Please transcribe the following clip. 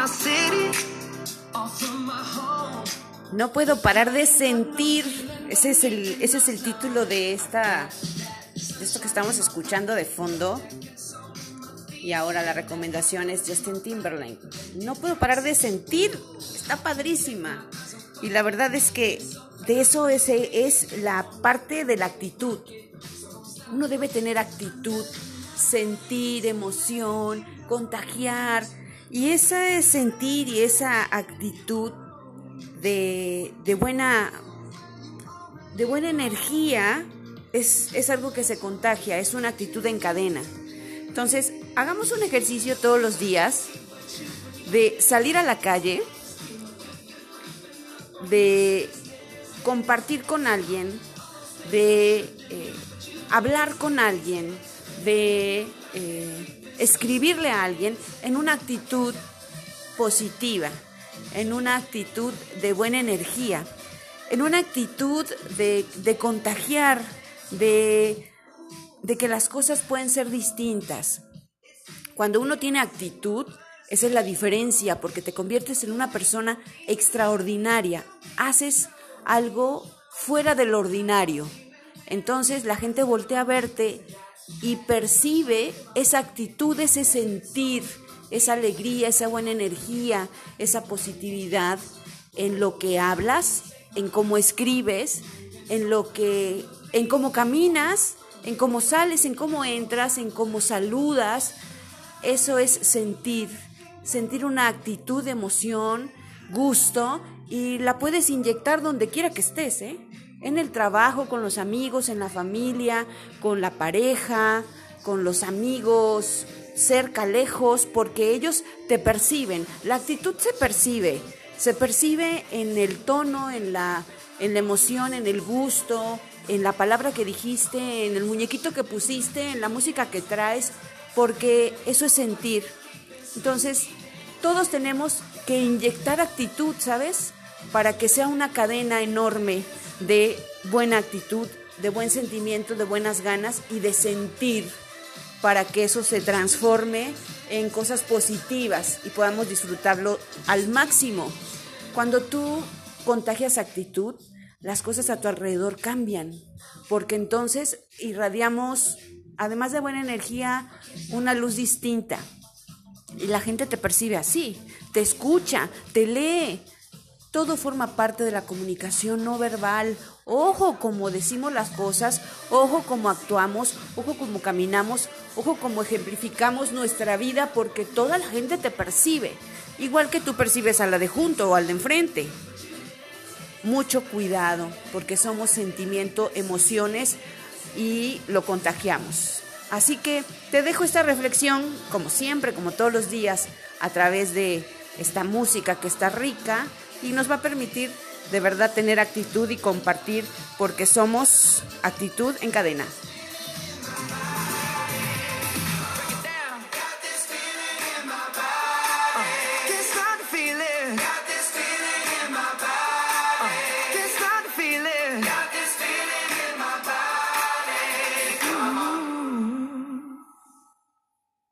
No puedo parar de sentir. Ese es el título de esto que estamos escuchando de fondo. Y ahora la recomendación es Justin Timberlake. No puedo parar de sentir. Está padrísima. Y la verdad es que de eso es la parte de la actitud. Uno debe tener actitud, sentir emoción, contagiar. Y ese sentir y esa actitud de buena energía es algo que se contagia, es una actitud en cadena. Entonces, hagamos un ejercicio todos los días de salir a la calle, de compartir con alguien, de hablar con alguien, de escribirle a alguien en una actitud positiva, en una actitud de buena energía, en una actitud de contagiar, de que las cosas pueden ser distintas. Cuando uno tiene actitud, esa es la diferencia, porque te conviertes en una persona extraordinaria, haces algo fuera del ordinario. Entonces la gente voltea a verte y percibe esa actitud, ese sentir, esa alegría, esa buena energía, esa positividad en lo que hablas, en cómo escribes, en cómo caminas, en cómo sales, en cómo entras, en cómo saludas. Eso es sentir una actitud de emoción, gusto, y la puedes inyectar donde quiera que estés, en el trabajo, con los amigos, en la familia, con la pareja, con los amigos, cerca, lejos, porque ellos te perciben. La actitud se percibe en el tono, en la emoción, en el gusto, en la palabra que dijiste, en el muñequito que pusiste, en la música que traes, porque eso es sentir. Entonces, todos tenemos que inyectar actitud, ¿sabes? Para que sea una cadena enorme de buena actitud, de buen sentimiento, de buenas ganas y de sentir, para que eso se transforme en cosas positivas y podamos disfrutarlo al máximo. Cuando tú contagias actitud, las cosas a tu alrededor cambian, porque entonces irradiamos, además de buena energía, una luz distinta. Y la gente te percibe así, te escucha, te lee. Todo forma parte de la comunicación no verbal. Ojo cómo decimos las cosas, ojo cómo actuamos, ojo cómo caminamos, ojo cómo ejemplificamos nuestra vida, porque toda la gente te percibe, igual que tú percibes a la de junto o al de enfrente. Mucho cuidado, porque somos sentimiento, emociones y lo contagiamos. Así que te dejo esta reflexión, como siempre, como todos los días, a través de esta música que está rica y nos va a permitir de verdad tener actitud y compartir, porque somos actitud en cadena.